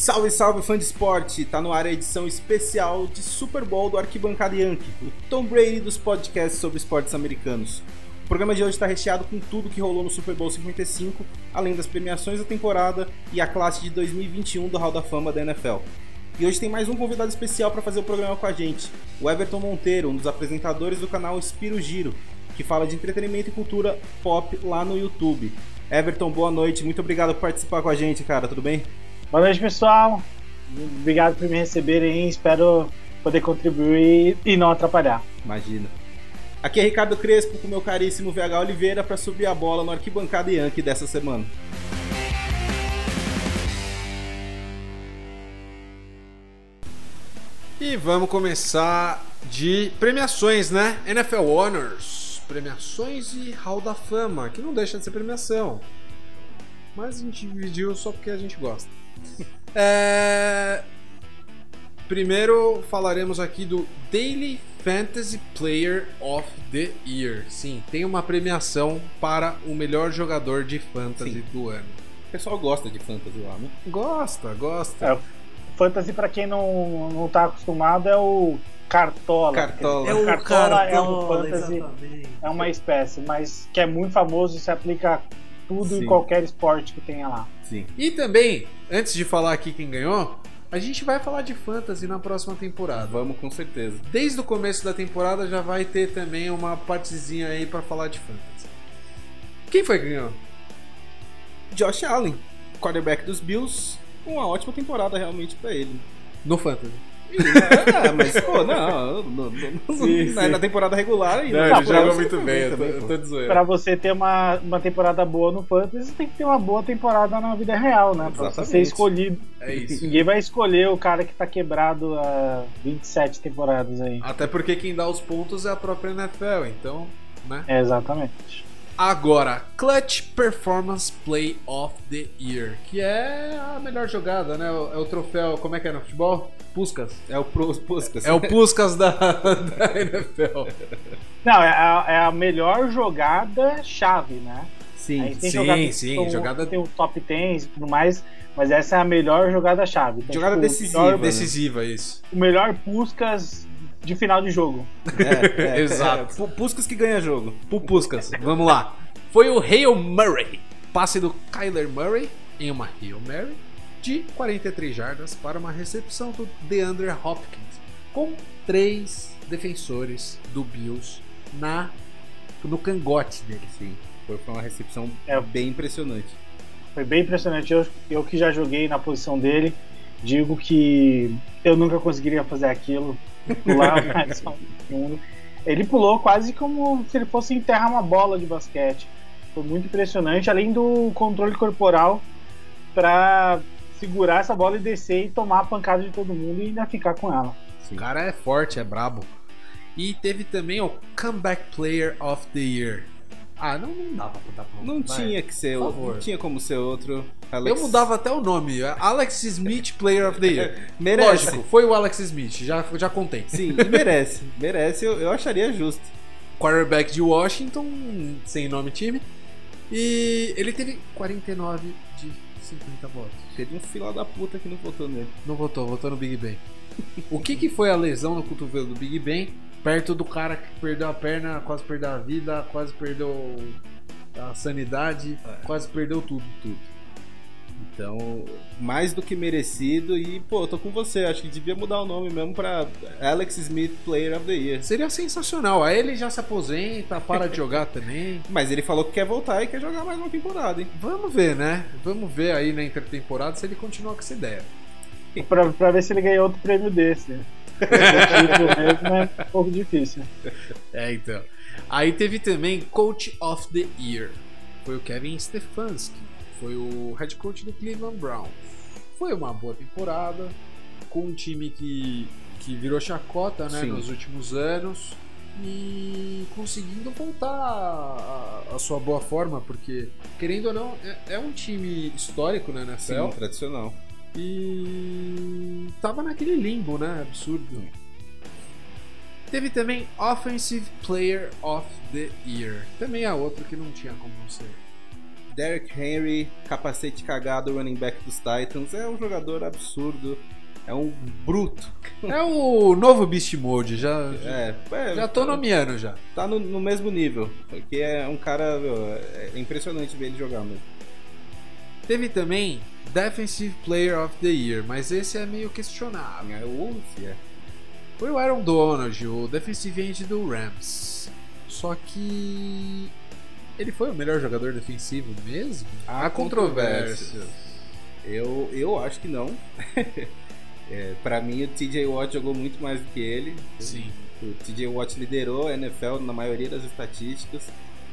Salve, salve, fã de esporte! Tá no ar a edição especial de Super Bowl do Arquibancada Yankee, o Tom Brady dos podcasts sobre esportes americanos. O programa de hoje está recheado com tudo que rolou no Super Bowl 55, além das premiações da temporada e a classe de 2021 do Hall da Fama da NFL. E hoje tem mais um convidado especial para fazer o programa com a gente, o Everton Monteiro, um dos apresentadores do canal Spiro Giro, que fala de entretenimento e cultura pop lá no YouTube. Everton, boa noite, muito obrigado por participar com a gente, cara, tudo bem? Boa noite, pessoal. Obrigado por me receberem. Espero poder contribuir e não atrapalhar. Imagina. Aqui é Ricardo Crespo com meu caríssimo VH Oliveira para subir a bola no Arquibancada Yankee dessa semana. E vamos começar de premiações, né? NFL Honors, premiações e Hall da Fama, que não deixa de ser premiação. Mas a gente dividiu só porque a gente gosta. Primeiro falaremos aqui do Daily Fantasy Player of the Year. Sim, tem uma premiação para o melhor jogador de fantasy do ano. O pessoal gosta de fantasy lá, né? Gosta. Fantasy, pra quem não tá acostumado, é o Cartola. Cartola. É o Cartola é um fantasy, exatamente. é uma espécie, mas que é muito famoso e se aplica a tudo Sim. em qualquer esporte que tenha lá. Sim. E também, antes de falar aqui quem ganhou, a gente vai falar de fantasy na próxima temporada. Vamos com certeza. Desde o começo da temporada já vai ter também uma partezinha aí pra falar de fantasy. Quem foi que ganhou? Josh Allen, quarterback dos Bills, uma ótima temporada realmente pra ele. No fantasy. Mas pô, não na temporada regular aí. Ele jogou muito bem, eu tô de zoeira. Pra você ter uma temporada boa no fantasy, tem que ter uma boa temporada na vida real, né? Pra você ser escolhido. É isso. Ninguém vai escolher o cara que tá quebrado há 27 temporadas aí. Até porque quem dá os pontos é a própria NFL, então, né? É, exatamente. Agora, Clutch Performance Play of the Year, que é a melhor jogada, né? É o troféu, como é que é no futebol? Puskas. É o Puskas. É o Puskas da NFL. Não, é a melhor jogada chave, né? Sim. Aí tem jogada tem o top 10 e tudo mais, mas essa é a melhor jogada chave. Então, Jogada tipo, decisiva. Decisiva, isso. O melhor Puskas de final de jogo. Exato. Puskas que ganha jogo. Puskas, vamos lá. Foi o Hail Murray, passe do Kyler Murray em uma Hail Mary de 43 jardas para uma recepção do DeAndre Hopkins, com 3 defensores do Bills no cangote dele. Sim. Foi uma recepção bem impressionante. Foi bem impressionante. Eu que já joguei na posição dele, digo que eu nunca conseguiria fazer aquilo. Pular mais fundo. Ele pulou quase como se ele fosse enterrar uma bola de basquete. Foi muito impressionante, além do controle corporal para segurar essa bola e descer e tomar a pancada de todo mundo e ainda ficar com ela. Sim. O cara é forte, é brabo. E teve também o Comeback Player of the Year. Não dava pra dar ponto. Não tinha que ser outro. Não tinha como ser outro. Eu mudava até o nome. Alex Smith Player of the Year. Merece. Lógico, foi o Alex Smith, já contei. Sim, e merece. Merece, eu acharia justo. Quarterback de Washington, sem nome time. E ele teve 49 de 50 votos. Teve um filho da puta que não votou nele. Não votou no Big Ben. O que foi a lesão no cotovelo do Big Ben? Perto do cara que perdeu a perna, quase perdeu a vida, quase perdeu a sanidade, quase perdeu tudo. Então, mais do que merecido. E, pô, eu tô com você. Acho que devia mudar o nome mesmo pra Alex Smith Player of the Year. Seria sensacional. Aí ele já se aposenta, para de jogar também. Mas ele falou que quer voltar e quer jogar mais uma temporada, hein? Vamos ver, né? Vamos ver aí na intertemporada se ele continua com essa ideia. Pra ver se ele ganha outro prêmio desse. Né? Mesmo é um pouco difícil. Então. Aí teve também Coach of the Year. Foi o Kevin Stefanski. Foi o head coach do Cleveland Browns. Foi uma boa temporada, com um time que virou chacota, né, nos últimos anos, e conseguindo voltar a sua boa forma, porque, querendo ou não, é um time histórico, né, na NFL. Sim, tradicional. E tava naquele limbo, né, absurdo. Teve também Offensive Player of the Year. Também é outro que não tinha como não ser. Derrick Henry, capacete cagado, running back dos Titans. É um jogador absurdo. É um bruto. É o novo Beast Mode, já tô nomeando já. Tá no mesmo nível. Porque é um cara, meu, é impressionante ver ele jogar mesmo. Teve também Defensive Player of the Year, mas esse é meio questionável. Foi o Aaron Donald, o defensive end do Rams. Só que ele foi o melhor jogador defensivo mesmo? Há controvérsias. Eu acho que não. Pra mim, o TJ Watt jogou muito mais do que ele. Sim. O TJ Watt liderou a NFL na maioria das estatísticas.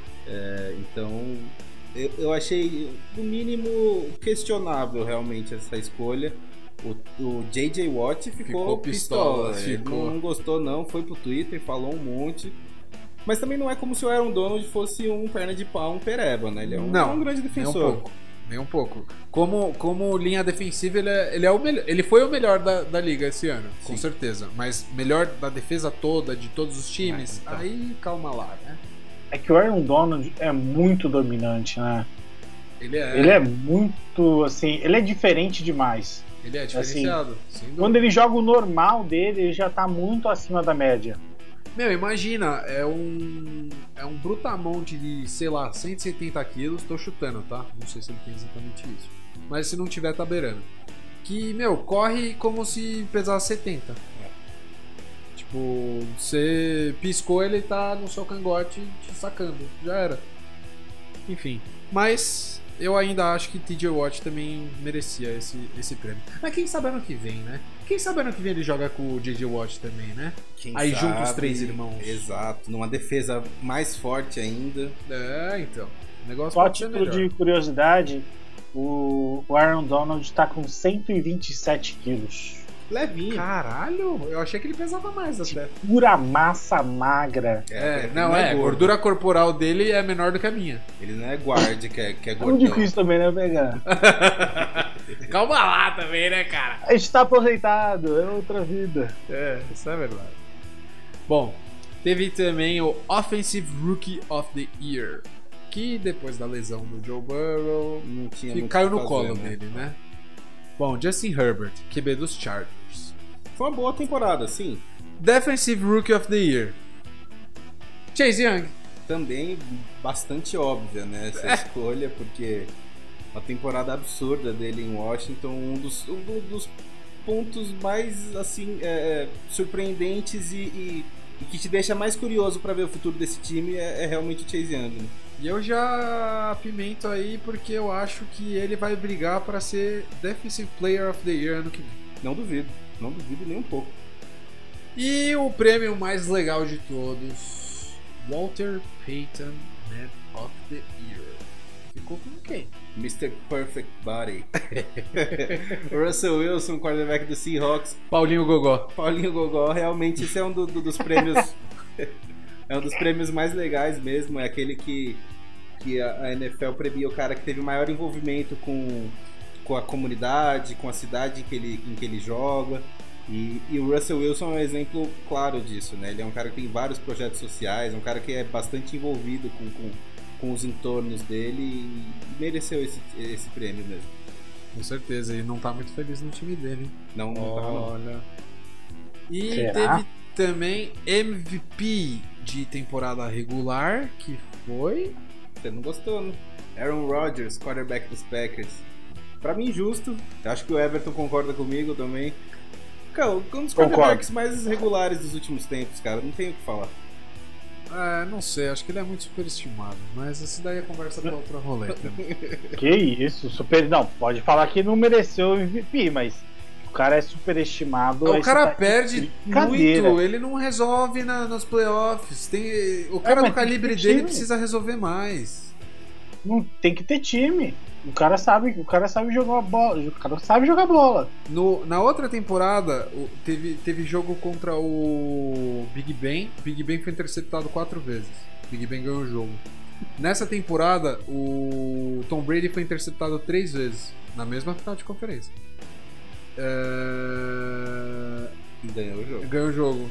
Então, eu achei, no mínimo, questionável realmente essa escolha. O JJ Watt ficou pistola. Ele não gostou não, foi pro Twitter, falou um monte. Mas também não é como se o Aaron Donald fosse um perna de pau, um pereba, né? Ele é um grande defensor. Nem um pouco. Como linha defensiva, ele é o melhor. Ele foi o melhor da liga esse ano, sim, com certeza. Mas melhor da defesa toda, de todos os times, então. Aí calma lá, né? É que o Aaron Donald é muito dominante, né? Ele é muito, assim, ele é diferente demais. Ele é diferenciado. Assim, quando ele joga o normal dele, ele já tá muito acima da média. Meu, imagina, é um brutamonte de, sei lá, 170 quilos, tô chutando, tá? Não sei se ele tem exatamente isso. Mas se não tiver, tá beirando. Que, meu, corre como se pesasse 70. Tipo, você piscou, ele tá no seu cangote te sacando. Já era. Enfim. Mas eu ainda acho que TJ Watt também merecia esse prêmio. Mas quem sabe ano que vem, né? Quem sabe ano que vem ele joga com o JJ Watt também, né? Aí junta os três irmãos. Exato, numa defesa mais forte ainda. Então. O negócio só título de curiosidade, o Aaron Donald tá com 127 quilos. Levinho. Caralho, eu achei que ele pesava mais até. Pura massa magra. Gordura corporal dele é menor do que a minha. Ele não é guard, que é gordão. Muito difícil também, né, pegar? Calma lá também, né, cara? A gente tá aposentado, é outra vida. Isso é verdade. Bom, teve também o Offensive Rookie of the Year, que depois da lesão do Joe Burrow não tinha caiu no colo dele, né? Bom, Justin Herbert, QB dos Chargers. Foi uma boa temporada, sim. Defensive Rookie of the Year. Chase Young. Também bastante óbvia, né, essa escolha, porque uma temporada absurda dele em Washington, um dos pontos mais assim surpreendentes e que te deixa mais curioso para ver o futuro desse time é realmente o Chase Young, né? E eu já apimento aí porque eu acho que ele vai brigar para ser Defensive Player of the Year ano que vem. Não duvido nem um pouco. E o prêmio mais legal de todos, Walter Payton Man of the Year. Ficou com quem? Mr. Perfect Body. Russell Wilson, quarterback do Seahawks. Paulinho Gogó, realmente esse é um dos prêmios. É um dos prêmios mais legais mesmo. É aquele que a NFL premia o cara que teve maior envolvimento com a comunidade, com a cidade em que ele joga. E o Russell Wilson é um exemplo claro disso, né? Ele é um cara que tem vários projetos sociais, é um cara que é bastante envolvido com os entornos dele e mereceu esse prêmio mesmo. Com certeza, ele não tá muito feliz no time dele. Não tá, não. Olha. E será? teve também MVP de temporada regular, que foi... Você não gostou, né? Aaron Rodgers, quarterback dos Packers. Pra mim, justo. Acho que o Everton concorda comigo também. Cara, um dos quarterbacks mais regulares dos últimos tempos, cara. Não tenho o que falar. Não sei, acho que ele é muito superestimado. Mas essa daí é conversa pra outra roleta. Que isso? Não, pode falar que não mereceu o MVP, mas o cara é superestimado. O cara perde muito, ele não resolve nos playoffs. O cara do calibre dele precisa resolver mais. Não tem que ter time. O cara sabe jogar bola. O cara sabe jogar bola. Na outra temporada, teve jogo contra o Big Ben. O Big Ben foi interceptado 4 vezes. O Big Ben ganhou o jogo. Nessa temporada, o Tom Brady foi interceptado 3 vezes. Na mesma final de conferência. Ganhou o jogo.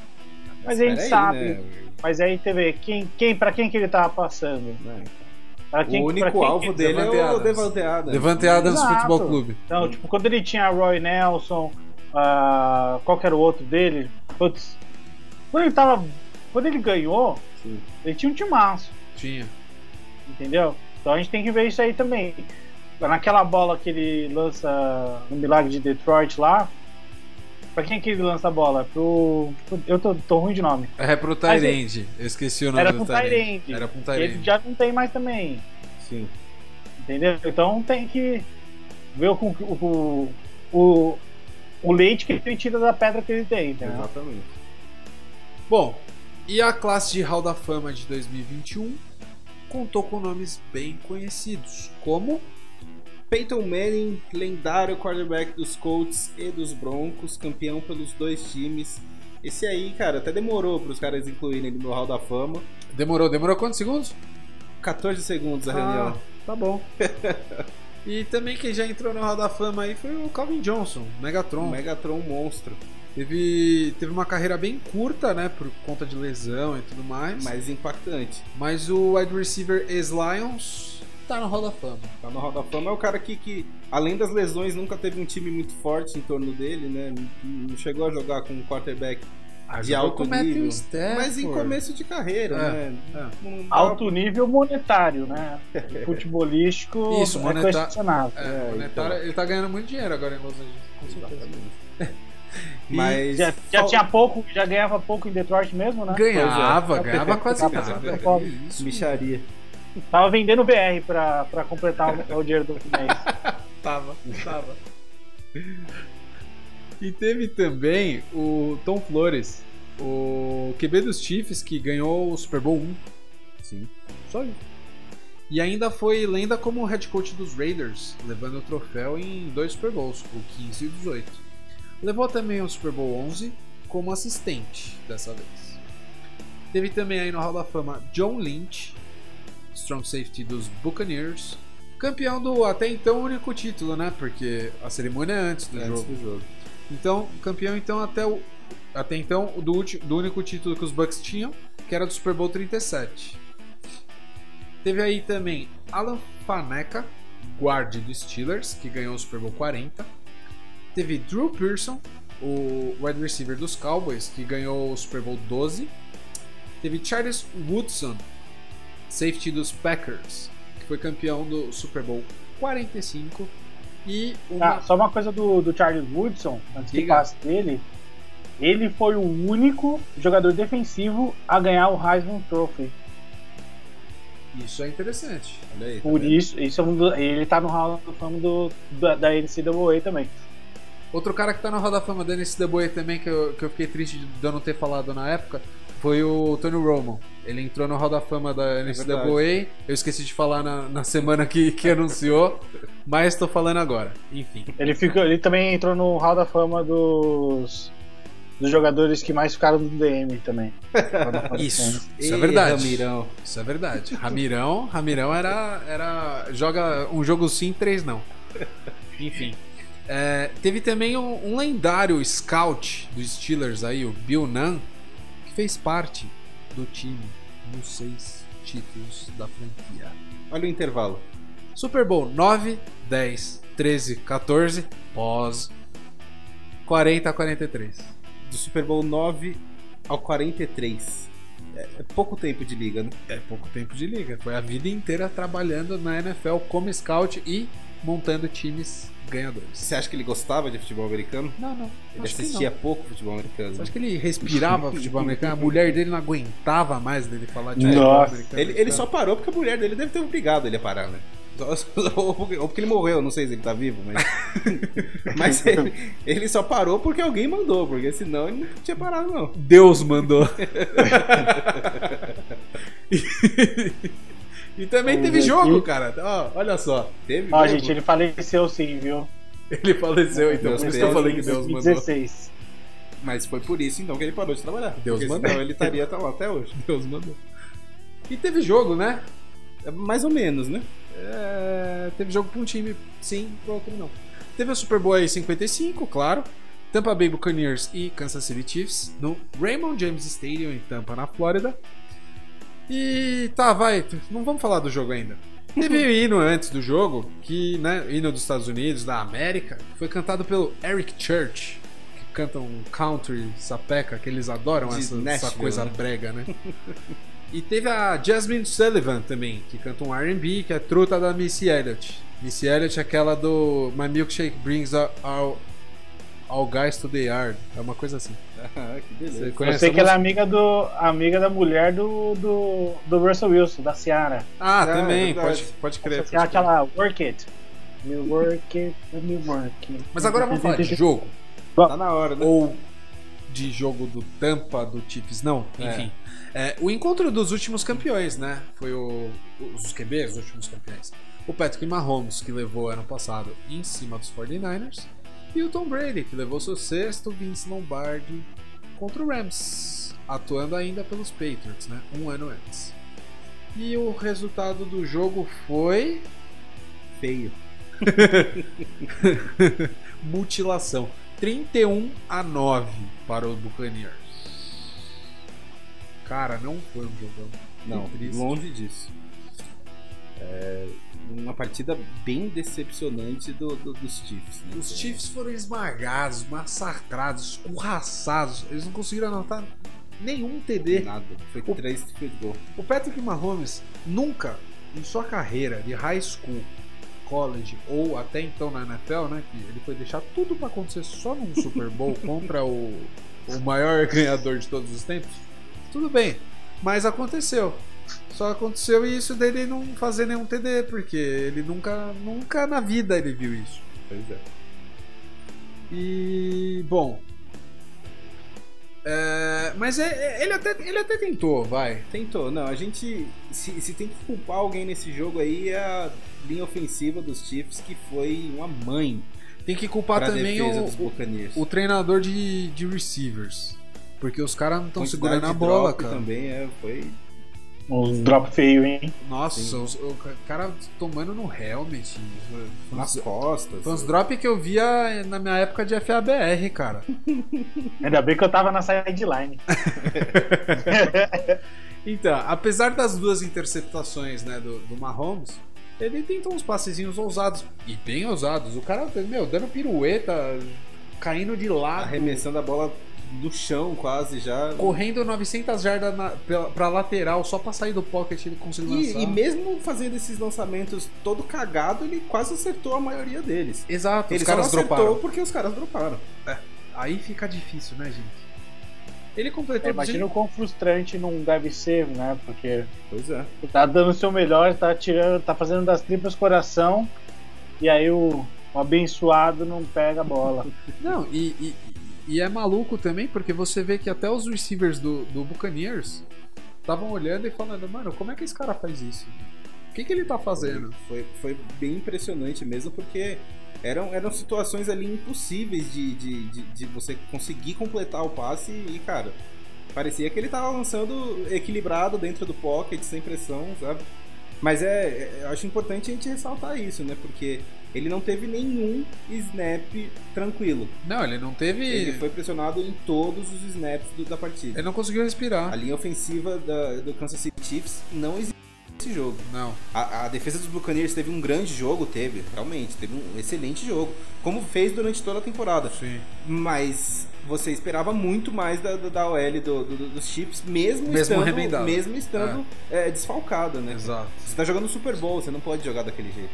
Mas a gente sabe. Né? Mas aí teve pra quem que ele tava passando? O único alvo dele é o Devante Adams. Devante Adams Exato. Futebol Clube. Então, tipo, quando ele tinha Roy Nelson, qual que era o outro dele? Putz, quando ele ganhou, Sim. ele tinha um timaço, Tinha. entendeu? Então a gente tem que ver isso aí também. Naquela bola que ele lança no Milagre de Detroit lá, pra quem que ele lança a bola? Eu tô ruim de nome. É pro Tyrande. Eu esqueci o nome Era do pro Tyrande. Era pro Ele Tyrande. já não tem mais também, Sim. entendeu? Então tem que ver o leite que ele tira da pedra que ele tem, entendeu? Exatamente. Bom, e a classe de Hall da Fama de 2021 contou com nomes bem conhecidos, como Peyton Manning, lendário quarterback dos Colts e dos Broncos, campeão pelos dois times. Esse aí, cara, até demorou para os caras incluírem ele no Hall da Fama. Demorou quantos segundos? 14 segundos a reunião. Tá bom. E também quem já entrou no Hall da Fama aí foi o Calvin Johnson, Megatron. Um Megatron monstro. Teve uma carreira bem curta, né, por conta de lesão e tudo mais. Mais impactante. Mas o wide receiver ex-Lions tá no Hall da Fama. Tá no Hall da Fama. É o cara que, além das lesões, nunca teve um time muito forte em torno dele, né? Não chegou a jogar com um quarterback de alto nível. Mas em começo de carreira, né? Não dá- Alto nível monetário, né? Futebolístico Isso, é questionável. monetário, ele tá ganhando muito dinheiro agora em Los Angeles. Com certeza. Mas Já tinha pouco, já ganhava pouco em Detroit mesmo, né? Ganhava quase Tava nada. super pobre. Isso. Micharia. Tava vendendo VR pra completar o dinheiro do mês. Tava. E teve também o Tom Flores, o QB dos Chiefs, que ganhou o Super Bowl 1. Sim. Só isso. E ainda foi lenda como head coach dos Raiders, levando o troféu em 2 Super Bowls, o 15 e o 18. Levou também o Super Bowl 11 como assistente dessa vez. Teve também aí no Hall da Fama John Lynch, strong safety dos Buccaneers, campeão do até então único título, né? Porque a cerimônia é antes do jogo. Então, campeão até então do único título que os Bucks tinham, que era do Super Bowl 37. Teve aí também Alan Faneca, guarde dos Steelers, que ganhou o Super Bowl 40. Teve Drew Pearson, o wide receiver dos Cowboys, que ganhou o Super Bowl 12. Teve Charles Woodson, safety dos Packers, que foi campeão do Super Bowl 45. E só uma coisa do Charles Woodson, antes que passe dele. Ele foi o único jogador defensivo a ganhar o Heisman Trophy. Isso é interessante. Olha aí, Por isso ele tá no Hall da Fama da NCAA também. Outro cara que tá no Hall da Fama da NCAA também, que eu fiquei triste de eu não ter falado na época, foi o Tony Romo. Ele entrou no Hall da Fama da NCAA. Eu esqueci de falar na semana que anunciou, mas tô falando agora. Enfim. Ele também entrou no Hall da Fama dos jogadores que mais ficaram no DM também. Isso é verdade. Ramirão. Isso é verdade. Ramirão joga um jogo sim, 3 não. Enfim. Teve também um lendário scout dos Steelers aí, o Bill Nunn, que fez parte do time nos 6 títulos da franquia. Olha o intervalo. Super Bowl 9, 10, 13, 14, pós 40 a 43. Do Super Bowl 9 ao 43. É pouco tempo de liga, né? É pouco tempo de liga. Foi a vida inteira trabalhando na NFL como scout e montando times ganhadores. Você acha que ele gostava de futebol americano? Não. Ele assistia pouco futebol americano. Você acha que ele respirava futebol americano? A mulher dele não aguentava mais dele falar de futebol americano. Ele só parou porque a mulher dele deve ter obrigado ele a parar, né? Ou porque ele morreu, não sei se ele tá vivo, mas ele só parou porque alguém mandou, porque senão ele não tinha parado, não. Deus mandou. E também teve jogo, cara. Olha só. Teve jogo. Gente, ele faleceu sim, viu? Ele faleceu, então. Por isso que eu falei que Deus mandou. 2016. Mas foi por isso, então, que ele parou de trabalhar. Deus mandou. Senão ele estaria lá até hoje. Deus mandou. E teve jogo, né? Mais ou menos, né? Teve jogo pra um time, sim, pro outro não. Teve o Super Bowl aí 55, claro. Tampa Bay Buccaneers e Kansas City Chiefs no Raymond James Stadium em Tampa, na Flórida. E tá, vai, não vamos falar do jogo ainda. Teve um hino antes do jogo, que, né, hino dos Estados Unidos, da América, que foi cantado pelo Eric Church, que canta um country sapeca, que eles adoram essa coisa, né? Brega, né? E teve a Jasmine Sullivan também, que canta um R&B, que é truta da Missy Elliott. Missy Elliott é aquela do My Milkshake Brings All Guys to the Yard. É uma coisa assim. Ah, que beleza. Eu sei que ela é amiga da mulher do Russell Wilson, da Ciara. Ah, também, pode crer. Aquela Work It. You work it, you work it. Mas agora vamos falar de jogo. Tá na hora, né? Ou de jogo do Tampa, do Chiefs, não. Enfim. O encontro dos últimos campeões, né? Foi os QBs, os últimos campeões. O Patrick Mahomes, que levou ano passado em cima dos 49ers. E o Tom Brady, que levou seu sexto Vince Lombardi contra o Rams, atuando ainda pelos Patriots, né? Um ano antes. E o resultado do jogo foi... feio. Mutilação. 31-9 para o Buccaneers. Cara, não foi um jogão. Não, longe disso. Uma partida bem decepcionante dos Chiefs, né? Os Chiefs foram esmagados, massacrados, escorraçados. Eles não conseguiram anotar nenhum TD. Nada, foi 3 field goal. O Patrick Mahomes nunca, em sua carreira de high school, college ou até então na NFL, né, que ele foi deixar tudo pra acontecer só num Super Bowl contra o maior ganhador de todos os tempos. Tudo bem, mas aconteceu. Só aconteceu isso dele não fazer nenhum TD, porque ele nunca na vida ele viu isso. Pois é. E, bom... mas ele até tentou, vai. Tentou. Não, a gente... Se tem que culpar alguém nesse jogo aí, é a linha ofensiva dos Chiefs, que foi uma mãe. Tem que culpar também o treinador de receivers. Porque os caras não estão segurando a bola, cara. Também foi... Uns drop feio, hein? Nossa, o cara tomando no helmet. Nas costas. Foi uns drop que eu via na minha época de FABR, cara. Ainda bem que eu tava na sideline. Então, apesar das 2 interceptações, né, do Mahomes, ele tentou uns passezinhos ousados. E bem ousados. O cara, dando pirueta, caindo de lado. Arremessando a bola do chão quase já. Correndo 900 jardas pra lateral, só pra sair do pocket ele conseguiu lançar. E mesmo fazendo esses lançamentos todo cagado, ele quase acertou a maioria deles. Exato, ele os caras só acertou droparam. Porque os caras droparam. Aí fica difícil, né, gente? Ele completou... Imagina o quão frustrante não deve ser, né? Porque pois é. Tá dando o seu melhor, tá fazendo das tripas coração, e aí o abençoado não pega a bola. Não, e é maluco também, porque você vê que até os receivers do Buccaneers estavam olhando e falando, mano, como é que esse cara faz isso? O que ele tá fazendo? Foi bem impressionante mesmo, porque eram situações ali impossíveis de você conseguir completar o passe e, cara, parecia que ele tava lançando equilibrado dentro do pocket, sem pressão, sabe? Mas eu acho importante a gente ressaltar isso, né? Porque ele não teve nenhum snap tranquilo. Não, ele não teve... Ele foi pressionado em todos os snaps da partida. Ele não conseguiu respirar. A linha ofensiva do Kansas City Chiefs não existe nesse jogo. Não. A defesa dos Buccaneers teve um grande jogo, realmente, teve um excelente jogo, como fez durante toda a temporada. Sim. Mas você esperava muito mais da OL dos Chiefs, mesmo estando desfalcada, né? Exato. Você tá jogando Super Bowl, você não pode jogar daquele jeito.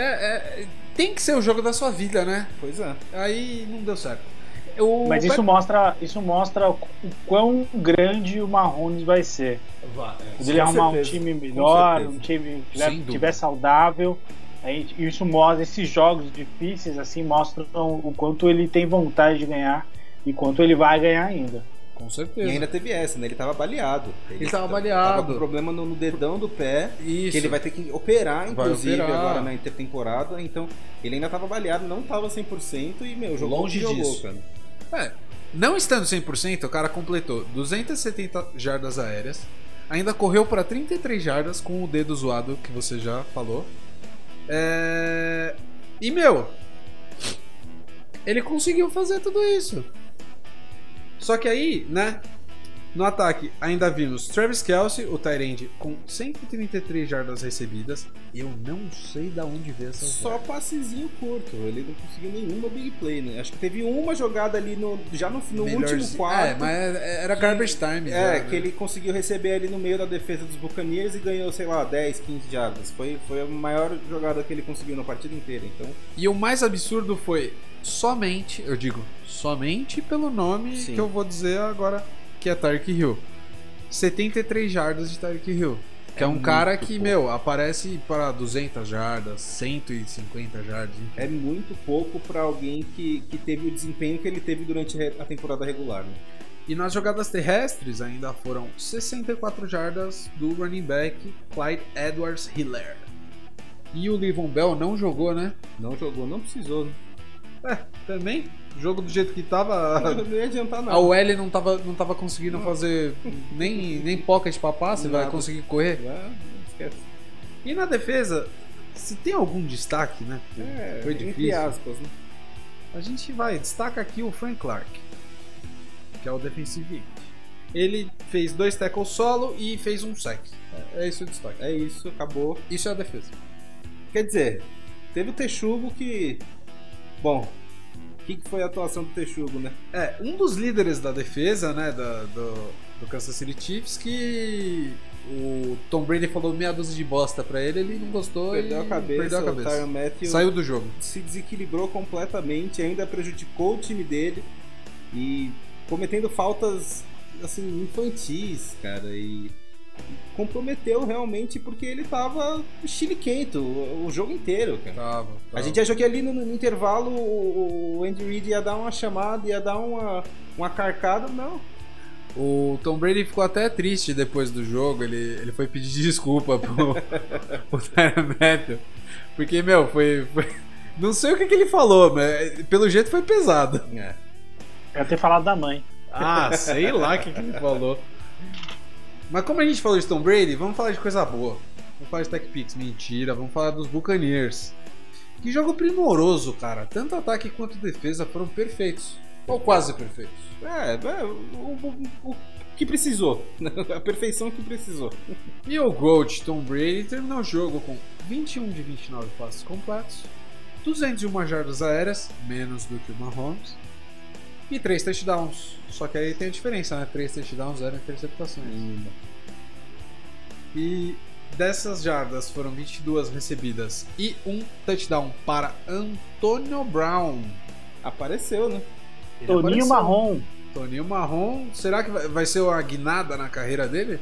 Tem que ser o jogo da sua vida, né? Pois é. Aí não deu certo. Mas isso mostra o quão grande o Mahomes vai ser. Se ele arrumar um time melhor, um time que estiver saudável, isso mostra, esses jogos difíceis assim mostram o quanto ele tem vontade de ganhar e quanto ele vai ganhar ainda. Com certeza. E ainda teve essa, né? Ele tava baleado. Ele tava baleado. Tava com problema no dedão do pé. Isso. Que ele vai ter que operar, inclusive, agora na intertemporada. Então, ele ainda tava baleado, não tava 100% e, jogou longe disso. Cara. Não estando 100%, o cara completou 270 jardas aéreas. Ainda correu para 33 jardas com o dedo zoado, que você já falou. E, ele conseguiu fazer tudo isso. Só que aí, né, No ataque, ainda vimos Travis Kelce, o tight end, com 133 jardas recebidas. Eu não sei de onde veio essa Só passezinho curto, ele não conseguiu nenhuma big play, né? Acho que teve uma jogada ali no último quarto. Mas era garbage time. Que ele conseguiu receber ali no meio da defesa dos Buccaneers e ganhou, sei lá, 10, 15 jardas. Foi a maior jogada que ele conseguiu na partida inteira, então... E o mais absurdo foi somente pelo nome que eu vou dizer agora, que é Tyreek Hill. 73 jardas de Tyreek Hill. Que é um cara que, aparece para 200 jardas, 150 jardas. Enfim. É muito pouco para alguém que teve o desempenho que ele teve durante a temporada regular, né? E nas jogadas terrestres ainda foram 64 jardas do running back Clyde Edwards-Helaire. E o Le'Veon Bell não jogou, né? Não jogou, não precisou, né? Também. O jogo do jeito que tava. Não ia adiantar nada. A OL não tava conseguindo fazer nem pocket pra passe, vai conseguir correr. Esquece. E na defesa, se tem algum destaque, né? Foi difícil. Entre aspas, né? A gente destaca aqui o Frank Clark, que é o defensive end. Ele fez 2 tackles solo e fez um sack. É isso o destaque. É isso, acabou. Isso é a defesa. Quer dizer, teve o Texugo que... Bom, o que foi a atuação do Texugo, né? Um dos líderes da defesa, né, do Kansas City Chiefs, que o Tom Brady falou meia dúzia de bosta pra ele não gostou perdeu a cabeça. O Tyrann Mathieu saiu do jogo. Se desequilibrou completamente, ainda prejudicou o time dele e cometendo faltas assim infantis, cara, e comprometeu realmente porque ele tava chiliquento o jogo inteiro, cara. Tava. A gente achou que ali no intervalo o Andy Reid ia dar uma chamada, ia dar uma carcada, não. O Tom Brady ficou até triste depois do jogo, ele foi pedir desculpa pro Tyrann Mathieu, porque, foi... Não sei o que ele falou, mas pelo jeito foi pesado. Deve ter falado da mãe. Sei lá o que ele falou. Mas como a gente falou de Tom Brady, vamos falar de coisa boa. Vamos falar de Tech Picks, mentira. Vamos falar dos Buccaneers. Que jogo primoroso, cara. Tanto ataque quanto defesa foram perfeitos. Ou quase perfeitos. O que precisou. A perfeição que precisou. E o GOAT Tom Brady terminou o jogo com 21 de 29 passes completos, 201 jardas aéreas, menos do que o Mahomes, e 3 touchdowns. Só que aí tem a diferença, né? 3 touchdowns, 0 interceptações. E dessas jardas foram 22 recebidas e 1 touchdown para Antonio Brown. Apareceu, né? Toninho Marrom. Toninho Marrom. Será que vai ser uma guinada na carreira dele?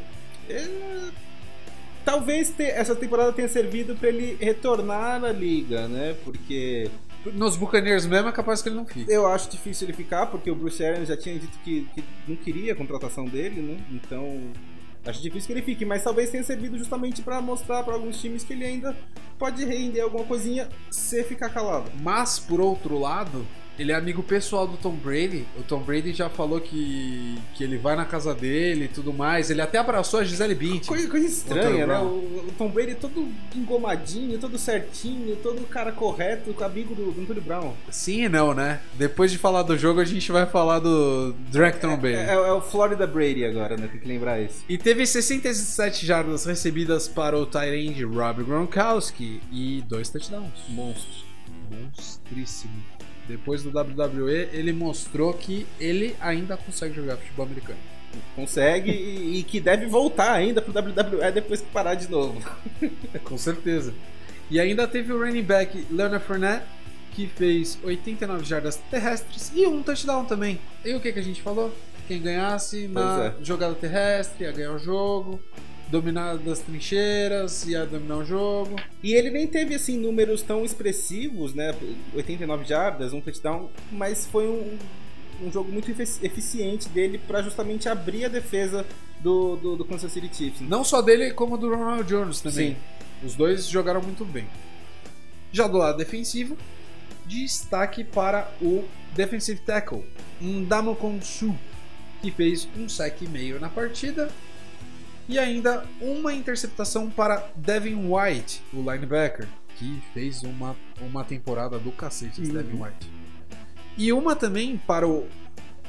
Talvez essa temporada tenha servido para ele retornar à liga, né? Porque... Nos Buccaneers mesmo é capaz que ele não fique. Eu acho difícil ele ficar, porque o Bruce Arians já tinha dito que não queria a contratação dele, né? Então, acho difícil que ele fique. Mas talvez tenha servido justamente para mostrar para alguns times que ele ainda pode render alguma coisinha se ficar calado. Mas, por outro lado, ele é amigo pessoal do Tom Brady. O Tom Brady já falou que ele vai na casa dele e tudo mais. Ele até abraçou a Gisele Bündchen. Coisa estranha, né? O Tom Brady todo engomadinho, todo certinho, todo cara correto, amigo do Antonio Brown. Sim e não, né? Depois de falar do jogo, a gente vai falar do Tom Brady. É o Florida Brady agora, né? Tem que lembrar isso. E teve 67 jardas recebidas para o tight end Rob Gronkowski e 2 touchdowns. Monstríssimo. Depois do WWE, ele mostrou que ele ainda consegue jogar futebol americano. Consegue e que deve voltar ainda pro WWE depois que parar de novo. Com certeza. E ainda teve o running back Leonard Fournette, que fez 89 jardas terrestres e 1 touchdown também. E o que a gente falou? Quem ganhasse na jogada terrestre ia ganhar o jogo, dominar das trincheiras, ia dominar o jogo. E ele nem teve assim números tão expressivos, né? 89 jardas, 1 touchdown, mas foi um jogo muito eficiente dele para justamente abrir a defesa do Kansas City Chiefs. Não só dele, como do Ronald Jones também. Sim. Os dois jogaram muito bem. Já do lado defensivo, destaque para o defensive tackle Ndamukong Suh, que fez 1 sack e meio na partida. E ainda uma interceptação para Devin White, o linebacker, que fez uma temporada do cacete, esse Devin White. E uma também para o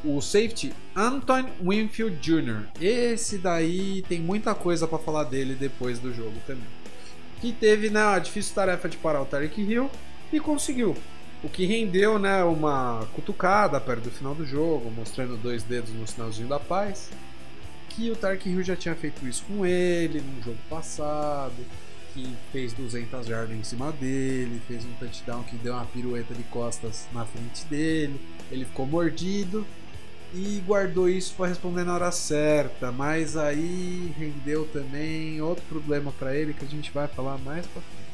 o safety Antoine Winfield Jr. Esse daí tem muita coisa pra falar dele depois do jogo também. Que teve, né, a difícil tarefa de parar o Tyreek Hill e conseguiu. O que rendeu, né, uma cutucada perto do final do jogo, mostrando 2 dedos no sinalzinho da paz. Que o Tyreek Hill já tinha feito isso com ele no jogo passado, que fez 200 yardas em cima dele, fez um touchdown que deu uma pirueta de costas na frente dele, ele ficou mordido e guardou isso para responder na hora certa, mas aí rendeu também outro problema para ele que a gente vai falar mais pra frente.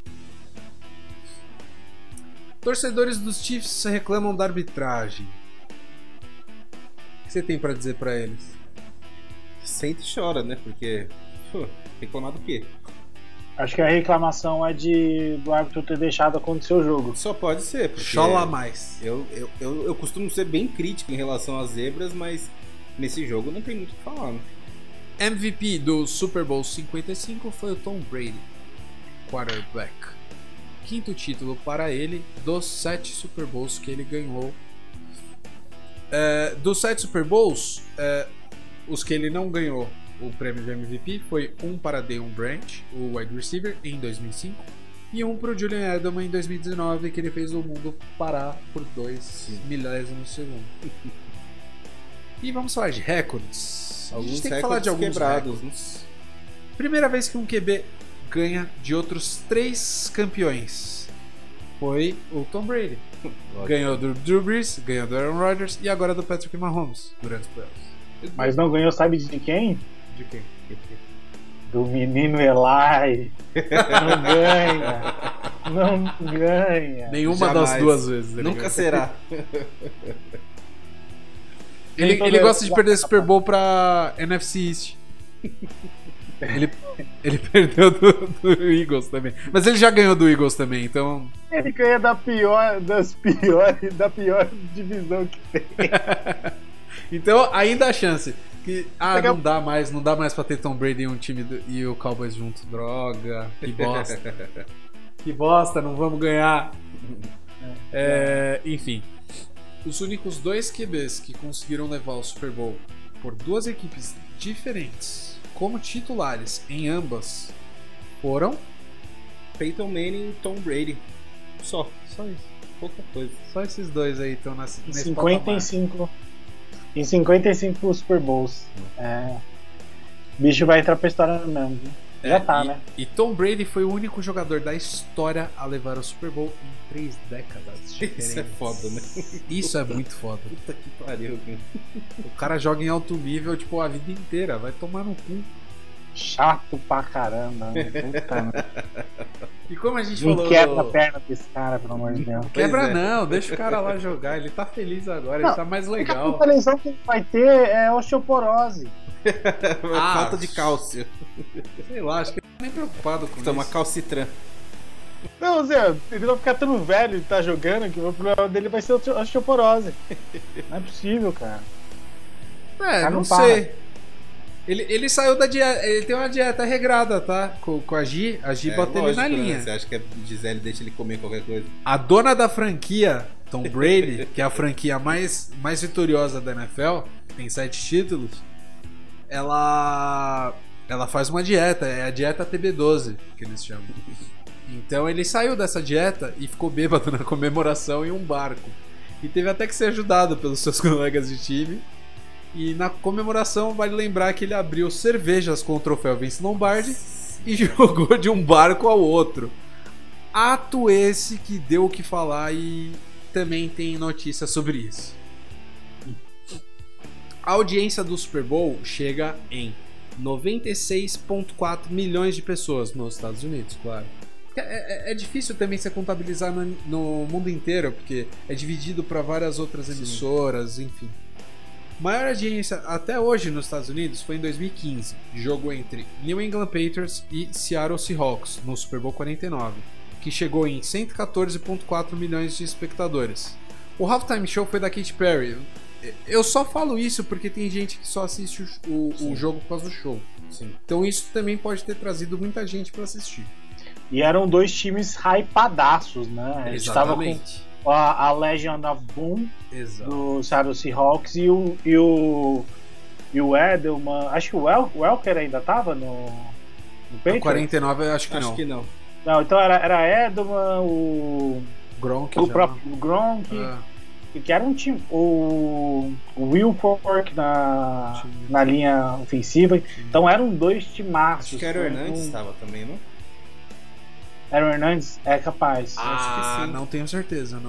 Torcedores dos Chiefs reclamam da arbitragem. O que você tem para dizer para eles? Sente e chora, né? Porque reclamar do quê? Acho que a reclamação é do árbitro ter deixado acontecer o jogo. Só pode ser, porque chola mais. Eu costumo ser bem crítico em relação às zebras, mas nesse jogo não tem muito o que falar, né? MVP do Super Bowl 55 foi o Tom Brady, quarterback. 5º título para ele dos 7 Super Bowls que ele ganhou. Dos 7 Super Bowls, os que ele não ganhou o prêmio de MVP foi um para Deion Branch, o wide receiver, em 2005, e um para o Julian Edelman em 2019, que ele fez o mundo parar por 2 milésimos de segundo. E vamos falar de recordes. A gente tem que falar de alguns quebrados, recordes. Né? Primeira vez que um QB ganha de outros 3 campeões foi o Tom Brady. Ganhou do Drew Brees, ganhou do Aaron Rodgers e agora do Patrick Mahomes durante os playoffs. Mas não ganhou, sabe de quem? De quem? Do menino Eli. Não ganha. Não ganha. Nenhuma Jamais. das 2 vezes. Nunca será. Ele gosta de perder Super Bowl pra NFC East. Ele perdeu do Eagles também. Mas ele já ganhou do Eagles também, então. Ele ganha da pior divisão que tem. Então ainda há chance. Que, não dá mais pra ter Tom Brady e um time e o Cowboys junto. Droga, que bosta. Que bosta, não vamos ganhar. Enfim. Os únicos 2 QBs que conseguiram levar o Super Bowl por 2 equipes diferentes como titulares em ambas foram Peyton Manning e Tom Brady. Só isso. Pouca coisa. Só esses 2 aí estão nesse 55. Em 55 Super Bowls. O bicho vai entrar pra história mesmo. Já tá, né? E Tom Brady foi o único jogador da história a levar o Super Bowl em 3 décadas diferentes. Isso é foda, né? Isso é muito foda. Puta que pariu, cara. O cara joga em alto nível, tipo, a vida inteira. Vai tomar no cu. Chato pra caramba. Puta, e como a gente não falou... quebra a perna desse cara, pelo amor de Deus. Quebra não, deixa o cara lá jogar. Ele tá feliz agora, ele tá mais legal. A única lesão que ele vai ter é osteoporose. Falta de cálcio. Sei lá, acho que ele tá nem preocupado com Toma isso. calcitran. Não, Zé, ele vai ficar tão velho e tá jogando que o problema dele vai ser osteoporose. Não é possível, cara. Não sei. Ele saiu da dieta, ele tem uma dieta regrada, tá? Com a Gi, bota ele na linha. Né? Você acha que a Gisele deixa ele comer qualquer coisa? A dona da franquia, Tom Brady, que é a franquia mais vitoriosa da NFL, tem 7 títulos, ela faz uma dieta, é a dieta TB12, que eles chamam. Então ele saiu dessa dieta e ficou bêbado na comemoração em um barco. E teve até que ser ajudado pelos seus colegas de time. E na comemoração vale lembrar que ele abriu cervejas com o troféu Vince Lombardi e jogou de um barco ao outro. Ato esse que deu o que falar e também tem notícia sobre isso. A audiência do Super Bowl chega em 96,4 milhões de pessoas nos Estados Unidos, claro. É difícil também você contabilizar no mundo inteiro, porque é dividido para várias outras emissoras, enfim. Maior audiência até hoje nos Estados Unidos foi em 2015, jogo entre New England Patriots e Seattle Seahawks, no Super Bowl 49, que chegou em 114,4 milhões de espectadores. O Halftime Show foi da Katy Perry. Eu só falo isso porque tem gente que só assiste o jogo por causa do show. Sim. Então isso também pode ter trazido muita gente para assistir. E eram 2 times hypadaços, né? Exatamente. a Legion of Boom, Exato. do Seattle Seahawks, e o Edelman, acho que o Welker ainda tava no Patriots? 49 eu acho que Acho não. que não. Não, então era Edelman, o Gronk próprio Gronk, que era um time, o Wilfork na linha ofensiva, então eram 2 timaços. Acho que era o Hernandes estava também, não? Era o Hernandes? É capaz. Acho que sim. Não tenho certeza.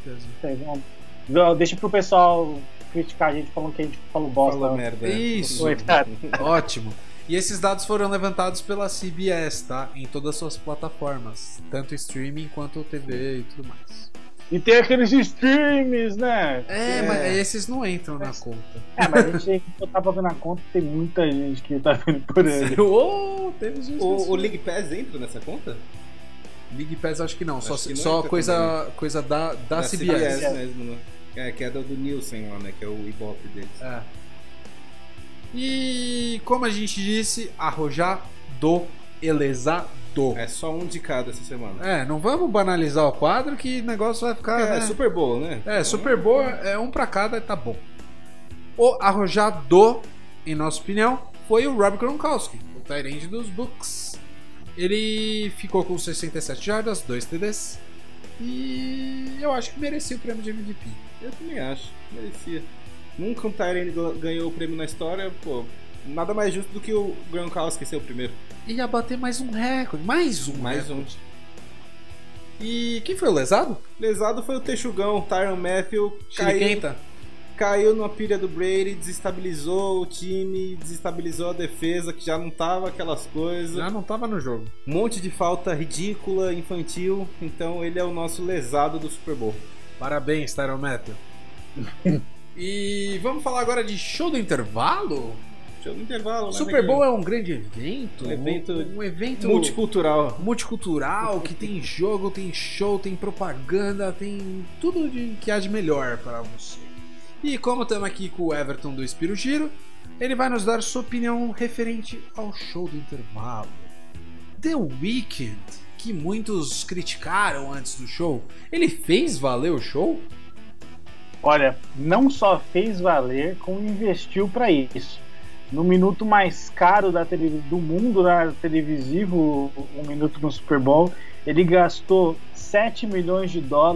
Deixa pro pessoal criticar a gente falando que a gente falou bosta. Falou merda. Isso. Ótimo. E esses dados foram levantados pela CBS, tá? Em todas as suas plataformas, tanto streaming quanto TV e tudo mais. E tem aqueles streams, né? Mas esses não entram na conta. Mas a gente tem que botar pra ver na conta, tem muita gente que tá vendo por ele. O League Pass entra nessa conta? League Pass acho que não, Acho que não só entra coisa da CBS. Mesmo, né? Que é do Nielsen lá, né? Que é o Ibope deles. E como a gente disse, arrojar do elezado. É só um de cada essa semana. Não vamos banalizar o quadro que o negócio vai ficar. É Super Bowl, né? Super Bowl é um pra cada e tá bom. O arrojado, em nossa opinião, foi o Rob Gronkowski, o tight end dos Bucks. Ele ficou com 67 jardas, 2 TDs. E eu acho que merecia o prêmio de MVP. Eu também acho, merecia. Nunca um tight end ganhou o prêmio na história, pô. Nada mais justo do que o Gronkowski ser o primeiro. Ia bater mais um recorde. Mais um. E quem foi o lesado? Lesado foi o Texugão, o Tyrann Mathieu. Caiu numa pilha do Brady, desestabilizou o time, desestabilizou a defesa, que já não tava aquelas coisas. Já não tava no jogo. Um monte de falta ridícula, infantil. Então ele é o nosso lesado do Super Bowl. Parabéns, Tyrann Mathieu. E vamos falar agora de show do intervalo? Show do intervalo, né? Super Bowl é um grande evento. Um evento multicultural que tem jogo, tem show, tem propaganda, tem tudo que há de melhor para você. E como estamos aqui com o Everton do Espiro Giro, ele vai nos dar sua opinião referente ao show do intervalo. The Weeknd, que muitos criticaram antes do show, ele fez valer o show? Olha, não só fez valer, como investiu para isso. No minuto mais caro do mundo televisivo, um minuto no Super Bowl, ele gastou $7 milhões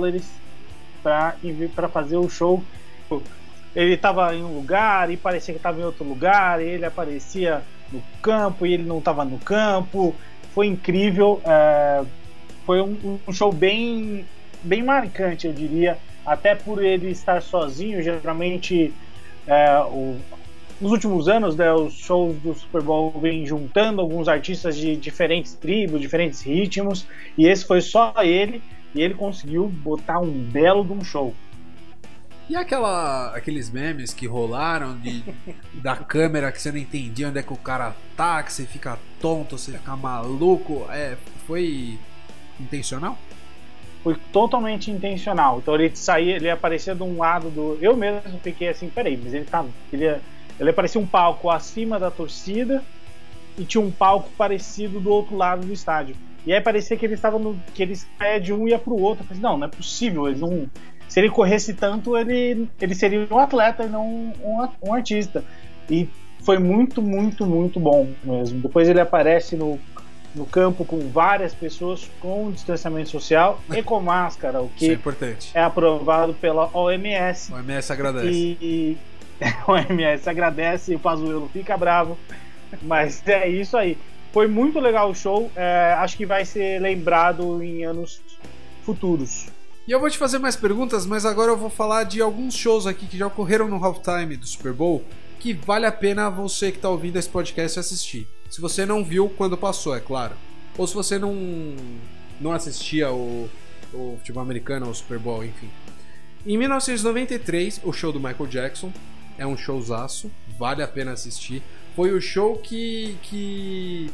para fazer o show. Ele estava em um lugar e parecia que estava em outro lugar, e ele aparecia no campo e ele não estava no campo. Foi incrível, foi um show bem marcante, eu diria, até por ele estar sozinho. Geralmente nos últimos anos, né, os shows do Super Bowl vêm juntando alguns artistas de diferentes tribos, diferentes ritmos, e esse foi só ele, e ele conseguiu botar um belo de um show. E aqueles memes que rolaram da câmera que você não entendia onde é que o cara tá, que você fica tonto, você fica maluco, foi intencional? Foi totalmente intencional. Então ele aparecia de um lado do... Eu mesmo fiquei assim, peraí, mas ele aparecia um palco acima da torcida e tinha um palco parecido do outro lado do estádio. E aí parecia que ele estava que eles de um ia pro outro. Eu falei, não é possível, eles não... Se ele corresse tanto, ele seria um atleta e não um artista. E foi muito, muito, muito bom mesmo. Depois ele aparece no campo com várias pessoas com distanciamento social e com máscara, o que é aprovado pela OMS. A OMS agradece. E a OMS agradece e o Pazuello fica bravo. Mas é isso aí. Foi muito legal o show. Acho que vai ser lembrado em anos futuros. E eu vou te fazer mais perguntas, mas agora eu vou falar de alguns shows aqui que já ocorreram no halftime do Super Bowl, que vale a pena você que está ouvindo esse podcast assistir. Se você não viu quando passou, é claro. Ou se você não assistia o futebol americano ou o Super Bowl, enfim. Em 1993, o show do Michael Jackson é um showzaço, vale a pena assistir. Foi o show que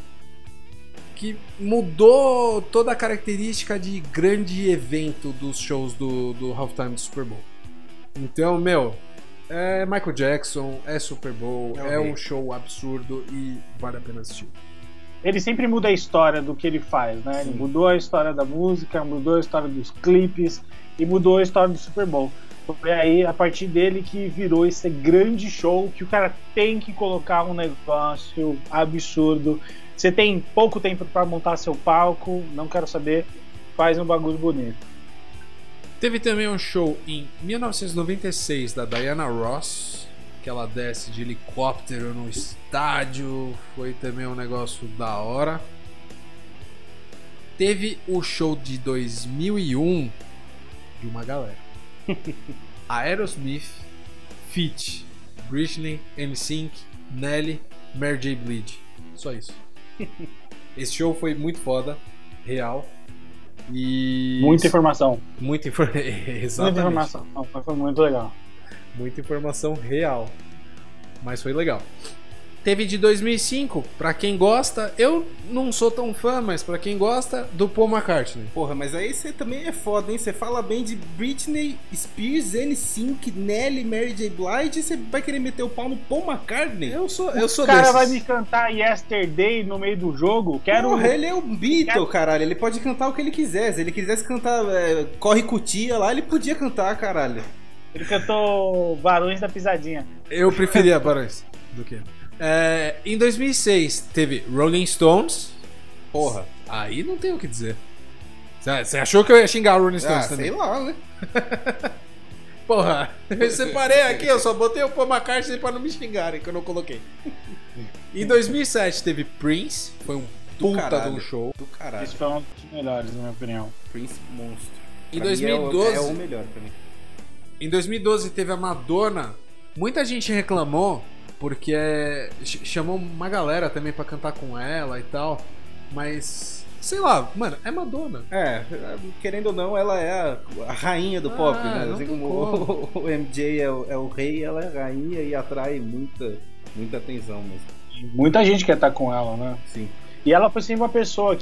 mudou toda a característica de grande evento dos shows do halftime do Super Bowl. Então, é Michael Jackson, é Super Bowl, é um show absurdo e vale a pena assistir. Ele sempre muda a história do que ele faz, né? Ele mudou a história da música, mudou a história dos clipes e mudou a história do Super Bowl. Foi aí, a partir dele, que virou esse grande show que o cara tem que colocar um negócio absurdo. Você tem pouco tempo para montar seu palco, não quero saber, faz um bagulho bonito. Teve também um show em 1996 da Diana Ross, que ela desce de helicóptero no estádio, foi também um negócio da hora. Teve o show de 2001 de uma galera. Aerosmith, Feat, Britney, NSYNC, Nelly, Mary J. Blige. Só isso. Esse show foi muito foda, real. E muita informação. Exatamente. Muita informação. Não, foi muito legal. Muita informação real. Mas foi legal. Teve de 2005, pra quem gosta, eu não sou tão fã, mas pra quem gosta, do Paul McCartney. Porra, mas aí você também é foda, hein? Você fala bem de Britney Spears, NSYNC, Nelly, Mary J. Blige, e você vai querer meter o pau no Paul McCartney? Eu sou o cara desses. Vai me cantar Yesterday no meio do jogo? Porra, ele é um Beatle, caralho. Ele pode cantar o que ele quiser. Se ele quisesse cantar Corre Cutia lá, ele podia cantar, caralho. Ele cantou Barões da Pisadinha. Eu preferia Barões do que... em 2006 teve Rolling Stones. Porra, aí não tem o que dizer. Você achou que eu ia xingar o Rolling Stones também? Sei lá, né? Porra, eu separei aqui, eu só botei o Paul McCartney pra não me xingarem, que eu não coloquei. Em 2007 teve Prince, foi um puta de um show. Do caralho. Esse foi um dos melhores, na minha opinião. Prince monstro. Em 2012 é o melhor pra mim. Em 2012 teve a Madonna. Muita gente reclamou porque chamou uma galera também pra cantar com ela e tal. Mas, sei lá, mano, é Madonna. Querendo ou não, ela é a rainha do pop, né? Não assim tem como o MJ é o rei, ela é a rainha e atrai muita atenção mesmo. Muita gente quer estar com ela, né? Sim. E ela foi sempre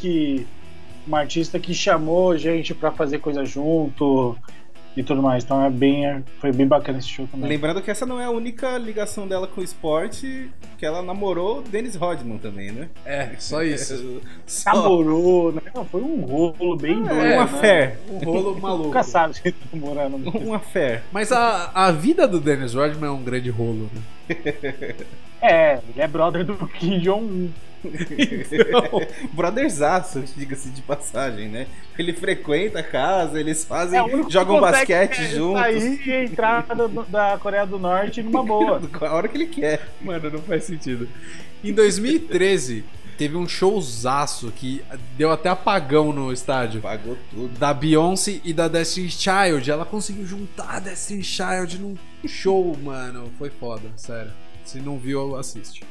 uma artista que chamou gente pra fazer coisa junto e tudo mais. Então foi bem bacana esse show também. Lembrando que essa não é a única ligação dela com o esporte, que ela namorou Dennis Rodman também, né? Só isso. Namorou, né? Não, foi um rolo bem doido. Um affair. Um rolo maluco. Nunca sabe se tá namorando. Um affair. Mas a vida do Dennis Rodman é um grande rolo, né? Ele é brother do Kim Jong-un. Então, brotherzaço, diga-se de passagem, né? Ele frequenta a casa, eles jogam basquete juntos. Sair e entrar da Coreia do Norte numa boa. A hora que ele quer. Mano, não faz sentido. Em 2013 teve um showzaço que deu até apagão no estádio. Pagou tudo. Da Beyoncé e da Destiny's Child. Ela conseguiu juntar a Destiny's Child num show, mano. Foi foda, sério. Se não viu, assiste.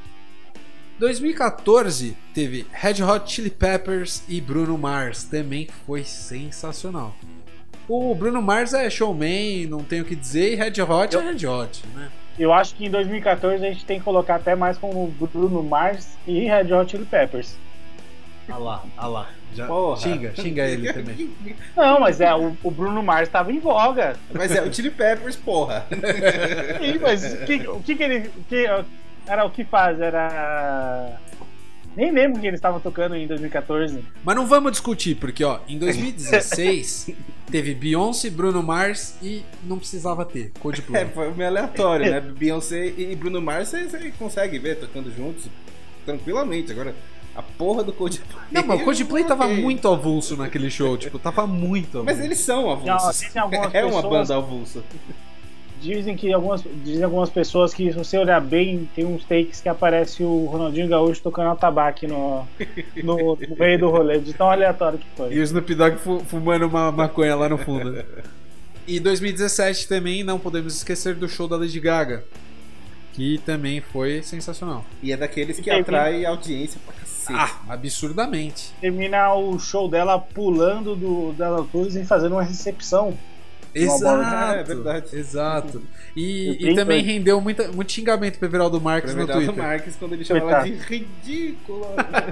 2014 teve Red Hot Chili Peppers e Bruno Mars, também foi sensacional. O Bruno Mars é showman, não tenho o que dizer, e Red Hot é Red Hot, né? Eu acho que em 2014 a gente tem que colocar até mais como Bruno Mars e Red Hot Chili Peppers. Ah lá. Já xinga ele também. Não, mas o Bruno Mars estava em voga. Mas é o Chili Peppers, porra. Sim, mas o que ele... Era o que faz, era... Nem lembro que eles estavam tocando em 2014. Mas não vamos discutir, porque em 2016 teve Beyoncé, Bruno Mars e não precisava ter Coldplay. Foi meio aleatório, né? Beyoncé e Bruno Mars você consegue ver tocando juntos tranquilamente. Agora, a porra do Coldplay... Não, mas o Coldplay tava muito avulso naquele show, tava muito avulso. Mas eles são avulsos. Uma banda avulsa. Dizem algumas pessoas que, se você olhar bem, tem uns takes que aparece o Ronaldinho Gaúcho tocando atabaque no meio do rolê, de tão aleatório que foi. E o Snoop Dogg fumando uma maconha lá no fundo. E 2017 também não podemos esquecer do show da Lady Gaga, que também foi sensacional. E é daqueles que atrai audiência pra cacete. Absurdamente. Termina o show dela pulando das alturas e fazendo uma recepção. Exato, é verdade. Exato. E também rendeu muito xingamento pro Everaldo Marques no Twitter. Marques, quando ele chama ela de ridícula.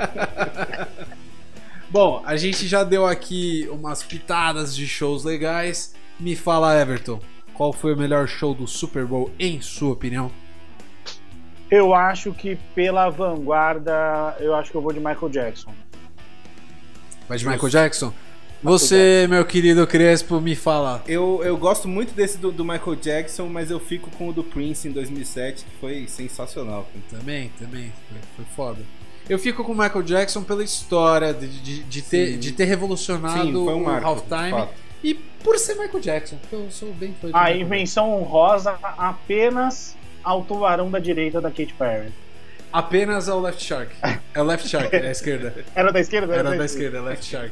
Bom, a gente já deu aqui umas pitadas de shows legais. Me fala, Everton, qual foi o melhor show do Super Bowl, em sua opinião? Eu acho que pela vanguarda, eu acho que eu vou de Michael Jackson. Vai de Michael Jackson? Você, meu querido Crespo, me fala. Eu gosto muito desse do Michael Jackson, mas eu fico com o do Prince em 2007, que foi sensacional. Também, foi foda. Eu fico com o Michael Jackson pela história de ter revolucionado. Sim, foi um marco, o halftime. E por ser Michael Jackson, eu sou bem fã. A invenção honrosa apenas ao tubarão da direita da Katy Perry. Apenas ao Left Shark. É o Left Shark, é a esquerda. Era da esquerda? Era da esquerda, é Left Shark.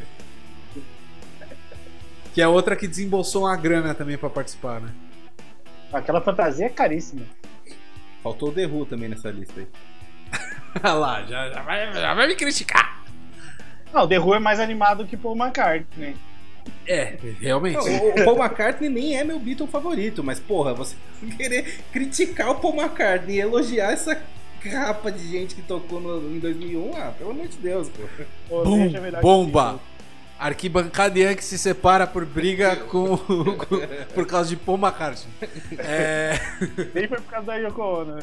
Que é outra que desembolsou uma grana também pra participar, né? Aquela fantasia é caríssima. Faltou o The Who também nessa lista aí. Olha lá, já vai me criticar. Não, o The Who é mais animado que Paul McCartney. É, realmente. Não, o Paul McCartney nem é meu Beatle favorito, mas porra, você querer criticar o Paul McCartney e elogiar essa capa de gente que tocou em 2001, pelo amor de Deus, pô. Bomba! Arquibancada Yankee se separa por briga por causa de Paul McCartney. Nem foi por causa da Yoko Ono.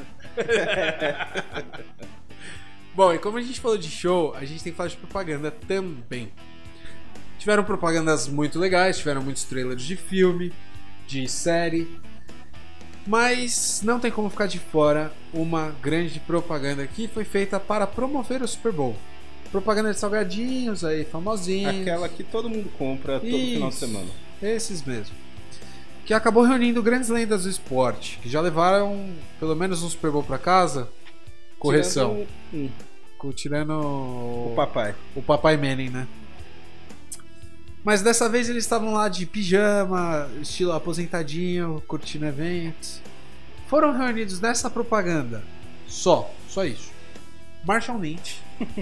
Bom, e como a gente falou de show, a gente tem que falar de propaganda também. Tiveram propagandas muito legais, tiveram muitos trailers de filme, de série, mas não tem como ficar de fora uma grande propaganda que foi feita para promover o Super Bowl. Propaganda de salgadinhos aí, famosinhos. Aquela que todo mundo compra todo final de semana. Esses mesmo. Que acabou reunindo grandes lendas do esporte, que já levaram pelo menos um Super Bowl pra casa. Correção. Tirando o papai. O papai Manning, né? Mas dessa vez eles estavam lá de pijama, estilo aposentadinho, curtindo eventos. Foram reunidos nessa propaganda. Só isso. Marshall Lynch.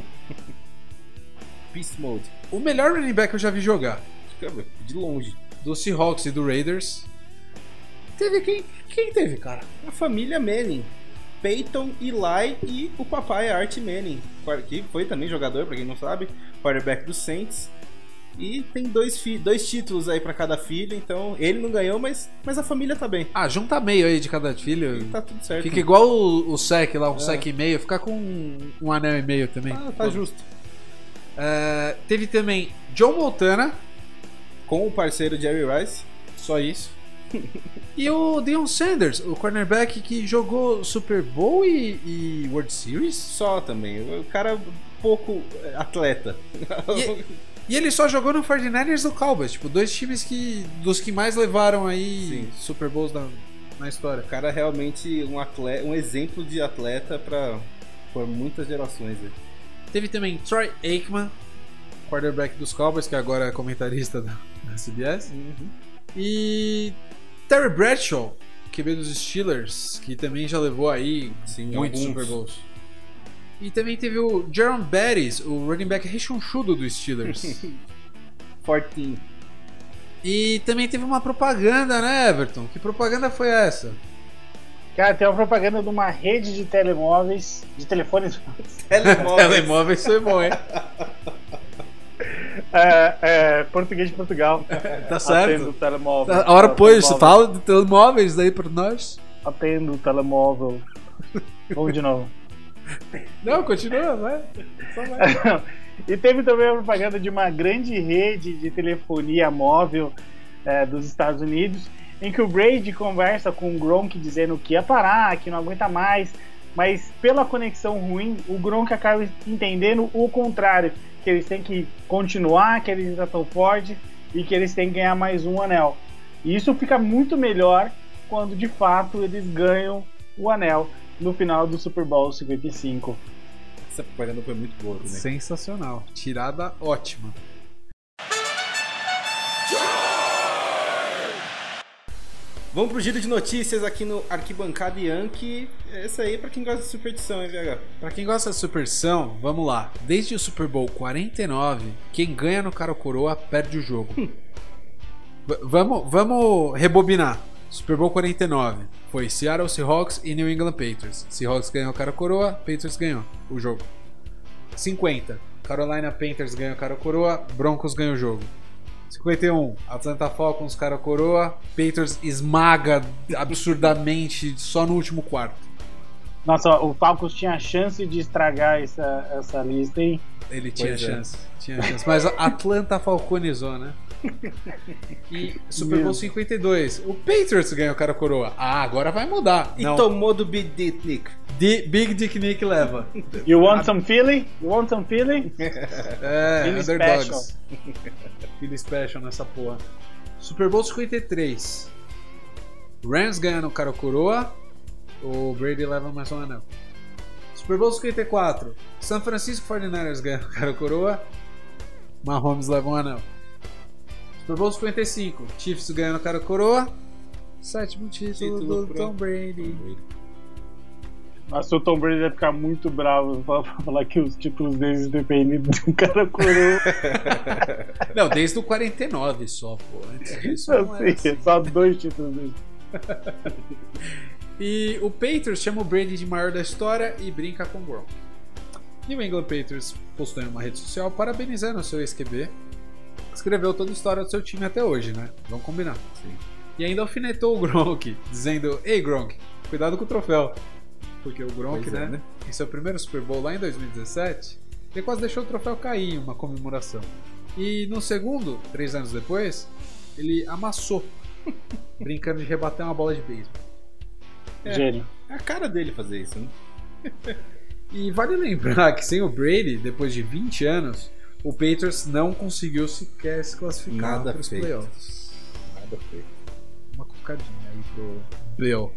Beast Mode. O melhor running back que eu já vi jogar. De longe. Do Seahawks e do Raiders. Teve quem teve, cara? A família Manning. Peyton, Eli e o papai Art Manning, que foi também jogador, pra quem não sabe, quarterback do Saints. E tem dois títulos aí pra cada filho, então ele não ganhou, mas a família tá bem. Junta meio aí de cada filho. E tá tudo certo. Fica igual o SEC lá, SEC e meio, fica com um anel e meio também. Tá justo. Teve também John Montana. Com o parceiro Jerry Rice. Só isso. E o Deion Sanders, o cornerback que jogou Super Bowl e World Series. Só também. O cara pouco atleta. E ele só jogou no 49ers do Cowboys, tipo, dois times dos que mais levaram aí Super Bowls na história. O cara é realmente um exemplo de atleta por muitas gerações. Aí. Teve também Troy Aikman, quarterback dos Cowboys, que agora é comentarista da CBS. Uhum. E Terry Bradshaw, QB dos Steelers, que também já levou aí muitos Super Bowls. E também teve o Jerome Bettis, o running back rechonchudo dos Steelers. Fortinho. E também teve uma propaganda, né, Everton? Que propaganda foi essa? Cara, tem uma propaganda de uma rede de telemóveis, de telefones. Telemóveis foi bom, hein? Português de Portugal. Tá certo. Atendo o telemóvel. A hora pois, fala de telemóveis aí pra nós. Atendo o telemóvel. Vamos de novo. Não, continua, vai. Só vai. E teve também a propaganda de uma grande rede de telefonia móvel dos Estados Unidos, em que o Brady conversa com o Gronk dizendo que ia parar, que não aguenta mais, mas pela conexão ruim, o Gronk acaba entendendo o contrário, que eles têm que continuar, que eles ainda estão fortes e que eles têm que ganhar mais um anel. E isso fica muito melhor quando de fato eles ganham o anel no final do Super Bowl 55. Essa propaganda foi muito boa também. Sensacional. Tirada ótima. Vamos pro giro de notícias aqui no Arquibancada Yankee. Essa aí é pra quem gosta de superstição, hein, VH? Pra quem gosta de superstição, vamos lá. Desde o Super Bowl 49, quem ganha no cara ou coroa perde o jogo. Vamos rebobinar. Super Bowl 49 foi Seattle Seahawks e New England Patriots. Seahawks ganhou o cara ou coroa, Patriots ganhou o jogo. 50, Carolina Panthers ganhou o cara ou coroa, Broncos ganhou o jogo. 51, Atlanta Falcons, cara ou coroa, Patriots esmaga absurdamente só no último quarto. Nossa, o Falcons tinha a chance de estragar essa lista, hein? Ele tinha Pois é. chance. Tinha chance. Mas a Atlanta falconizou, né? E Super Bowl 52. O Patriots ganhou o cara coroa. Ah, agora vai mudar. E Não. tomou do Big Dick Nick. Big Dick Nick leva. You want some Philly? You want some Philly? É, Philly underdogs. Philly Special nessa porra. Super Bowl 53. Rams ganhando o cara coroa. O Brady leva mais um anel. Super Bowl 54. San Francisco 49ers ganhando o cara coroa. Mahomes leva um anel. Super Bowl 55. Chiefs ganhando o cara coroa. Sétimo título do pro Tom Brady. Nossa, o Tom Brady vai ficar muito bravo pra falar que os títulos deles dependem do cara coroa. Não, desde o 49 só, pô. Antes disso Eu não era sei, assim. só 2 títulos deles. E o Patriots chama o Brady de maior da história e brinca com o Gronk. E o England Patriots postou em uma rede social parabenizando o seu ex-QB. Escreveu toda a história do seu time até hoje, né? Vamos combinar. Sim. E ainda alfinetou o Gronk, dizendo: Ei Gronk, cuidado com o troféu. Porque o Gronk, Pois é, né, em seu primeiro Super Bowl lá em 2017, ele quase deixou o troféu cair em uma comemoração. E no segundo, 3 anos depois, ele amassou, brincando de rebater uma bola de beisebol. Gênio. É a cara dele fazer isso, né? E vale lembrar que sem o Brady, depois de 20 anos, o Patriots não conseguiu sequer se classificar Nada para os feito. playoffs. Nada feito. Uma cucadinha aí pro Bill.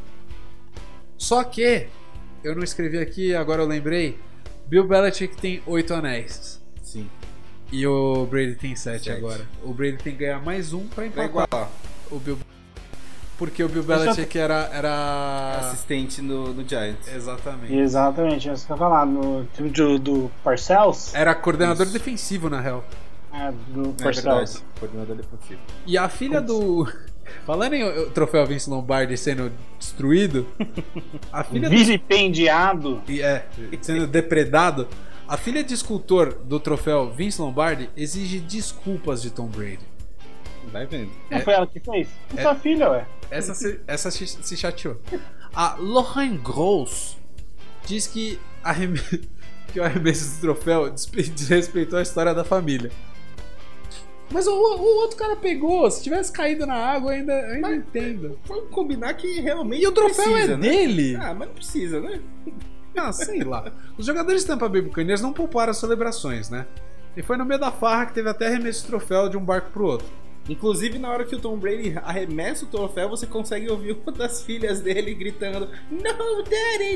Só que, eu não escrevi aqui, agora eu lembrei, Bill Belichick tem 8 anéis. Sim. E o Brady tem 7 7. agora. O Brady tem que ganhar mais um pra Pra empatar igualar. o Bill. Porque o Bill Belichick era... Assistente no Giants. Exatamente. Exatamente, é isso que eu ia falar. No time do Parcells. Era coordenador Isso. defensivo, na real. Do É Parcells. verdade. Coordenador defensivo. E a filha do... Falando em o troféu Vince Lombardi sendo destruído, a filha do... Vilipendiado. sendo depredado, a filha de escultor do troféu Vince Lombardi exige desculpas de Tom Brady. Vai vendo. Não foi ela que fez? Sua filha, ué. Essa se chateou. A Lauren Gross diz que, que o arremesso do troféu desrespeitou a história da família. Mas o outro cara pegou. Se tivesse caído na água, ainda entendo. Vamos combinar que realmente E o troféu precisa, é né? dele. Ah, mas não precisa, né? Ah, sei lá. Os jogadores de Tampa Bay Buccaneers não pouparam as celebrações, né? E foi no meio da farra que teve até arremesso de troféu de um barco pro outro. Inclusive, na hora que o Tom Brady arremessa o troféu, você consegue ouvir uma das filhas dele gritando: No, Daddy,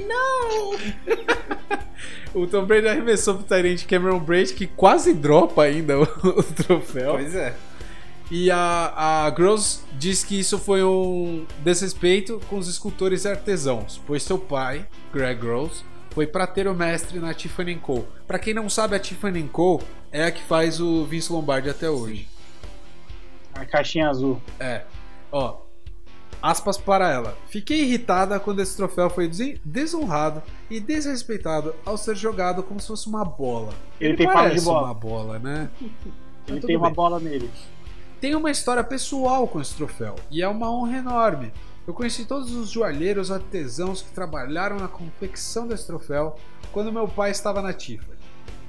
no! O Tom Brady arremessou pro Tyrant Cameron Brate, que quase dropa ainda o troféu. Pois é. E a Gross diz que isso foi um desrespeito com os escultores e artesãos, pois seu pai, Greg Gross, foi prateiro mestre na Tiffany & Co. Pra quem não sabe, a Tiffany & Co. é a que faz o Vince Lombardi até hoje. A caixinha azul. É. Ó. Aspas para ela. Fiquei irritada quando esse troféu foi desonrado e desrespeitado ao ser jogado como se fosse uma bola. Ele tem forma parece de bola. uma bola, né? Ele tudo tem uma bem. bola nele. Tem uma história pessoal com esse troféu e é uma honra enorme. Eu conheci todos os joalheiros artesãos que trabalharam na confecção desse troféu quando meu pai estava na Tiffany.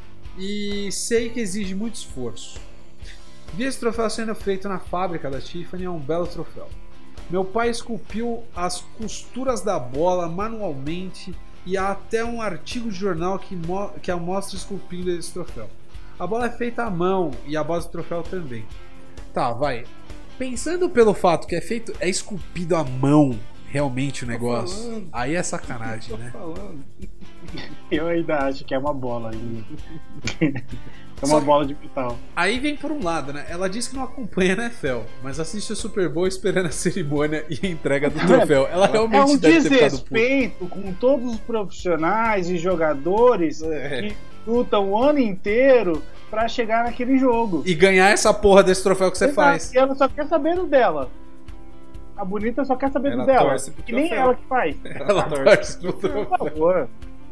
E sei que exige muito esforço. Vi esse troféu sendo feito na fábrica da Tiffany, é um belo troféu. Meu pai esculpiu as costuras da bola manualmente e há até um artigo de jornal que a mostra esculpindo esse troféu. A bola é feita à mão e a base do troféu também. Tá, vai. Pensando pelo fato que é esculpido à mão realmente o negócio, falando. aí é sacanagem, né? Falando. Eu ainda acho que é uma bola ainda. É uma Só- bola de metal. Aí vem por um lado, né? Ela diz que não acompanha a NFL, mas assiste o Super Bowl esperando a cerimônia e a entrega do troféu. Ela É realmente um deve ter ficado puta. desrespeito com todos os profissionais e jogadores É. que lutam o ano inteiro pra chegar naquele jogo. E ganhar essa porra desse troféu que você Exato, faz. E ela só quer saber do dela. A bonita só quer saber Ela do dela. torce pro Que nem troféu. ela que faz. Ela torce pro Por troféu. favor.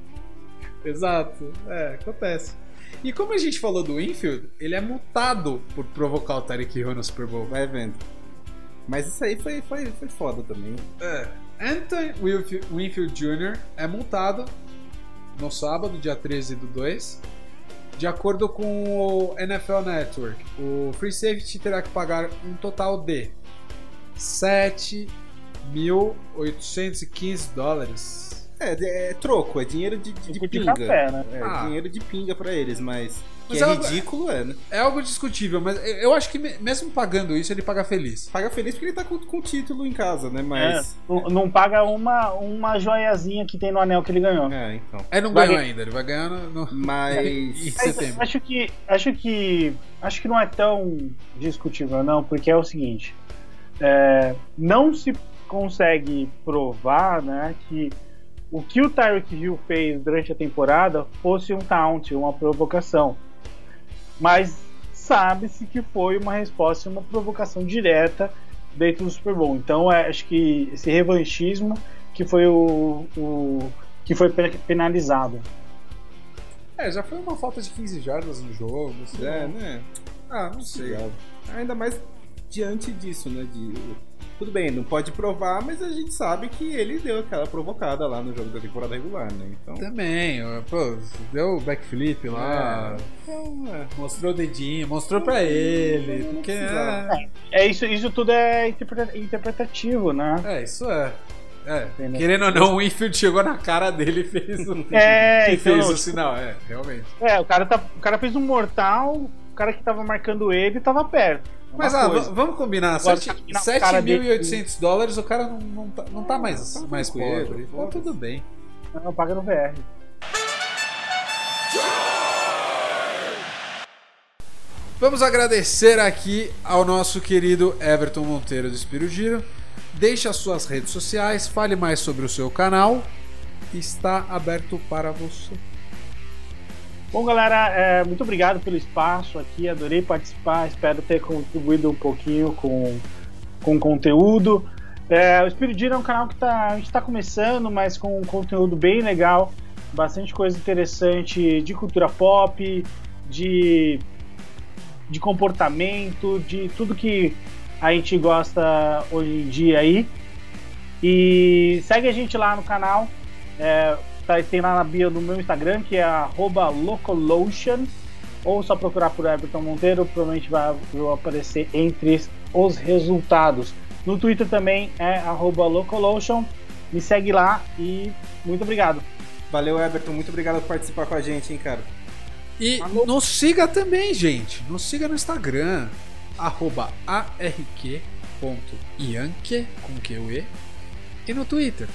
Exato. É, acontece. E como a gente falou do Winfield, ele é multado por provocar o Tyreek Hill no Super Bowl. Vai vendo. Mas isso aí foi foda também. Anthony Winfield Jr. é multado no sábado, dia 13/2, De acordo com o NFL Network, o free safety terá que pagar um total de $7.815. É troco, é dinheiro de pinga. Café, né? Dinheiro de pinga pra eles, mas Mas que é é ridículo, né? É algo discutível, mas eu acho que mesmo pagando isso, ele paga feliz. Paga feliz porque ele tá com o título em casa, né? Mas. Não paga uma joiazinha que tem no anel que ele ganhou. Então. Não ganhou ainda, ele vai ganhar no Mas. em setembro. Acho que não é tão discutível, não, porque é o seguinte: não se consegue provar, né, que o que o Tyreek Hill fez durante a temporada fosse um taunt, uma provocação. Mas sabe-se que foi uma resposta, uma provocação direta dentro do Super Bowl. Então acho que esse revanchismo que foi o que foi penalizado. Já foi uma falta de 15 jardas no jogo. Né? Não sei. Ainda mais diante disso, né? Tudo bem, não pode provar, mas a gente sabe que ele deu aquela provocada lá no jogo da temporada regular, né? Então... Também, deu o backflip lá, mostrou o dedinho, mostrou pra ele. Porque isso tudo é interpretativo, né? Isso é. Querendo ou não, o Winfield chegou na cara dele e fez o sinal, realmente. O cara fez um mortal, o cara que tava marcando ele tava perto. Mas vamos combinar, $7.800 o cara não tá mais pobre. Então tudo bem. Não, paga no VR. Vamos agradecer aqui ao nosso querido Everton Monteiro do Espírito Giro. Deixe as suas redes sociais, fale mais sobre o seu canal. Está aberto para você. Bom, galera, muito obrigado pelo espaço aqui, adorei participar, espero ter contribuído um pouquinho com o conteúdo. O Espírito Giro é um canal que a gente está começando, mas com um conteúdo bem legal, bastante coisa interessante de cultura pop, de comportamento, de tudo que a gente gosta hoje em dia aí. E segue a gente lá no canal, tem lá na bio do meu Instagram, que é @locolotion, ou só procurar por Everton Monteiro, provavelmente vai aparecer entre os resultados. No Twitter também é @locolotion, me segue lá e muito obrigado. Valeu, Everton, muito obrigado por participar com a gente, hein, cara. E nos siga também, gente, nos siga no Instagram, @arq.ianque, com QE, e no Twitter,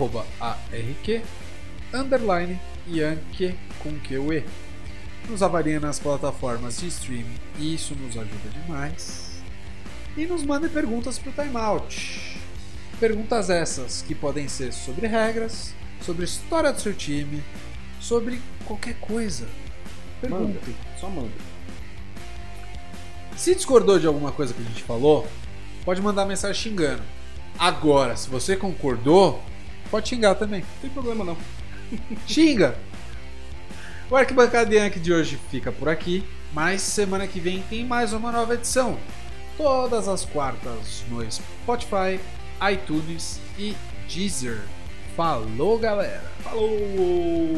@arq_Yankee com QE. Nos avaliem nas plataformas de streaming, isso nos ajuda demais. E nos mandem perguntas pro Timeout. Perguntas essas que podem ser sobre regras, sobre a história do seu time, sobre qualquer coisa. Pergunte. Só manda. Se discordou de alguma coisa que a gente falou, pode mandar mensagem xingando. Agora, se você concordou, pode xingar também. Não tem problema não. Xinga! O Arquibancada Yankee de hoje fica por aqui, mas semana que vem tem mais uma nova edição. Todas as quartas no Spotify, iTunes e Deezer. Falou, galera! Falou!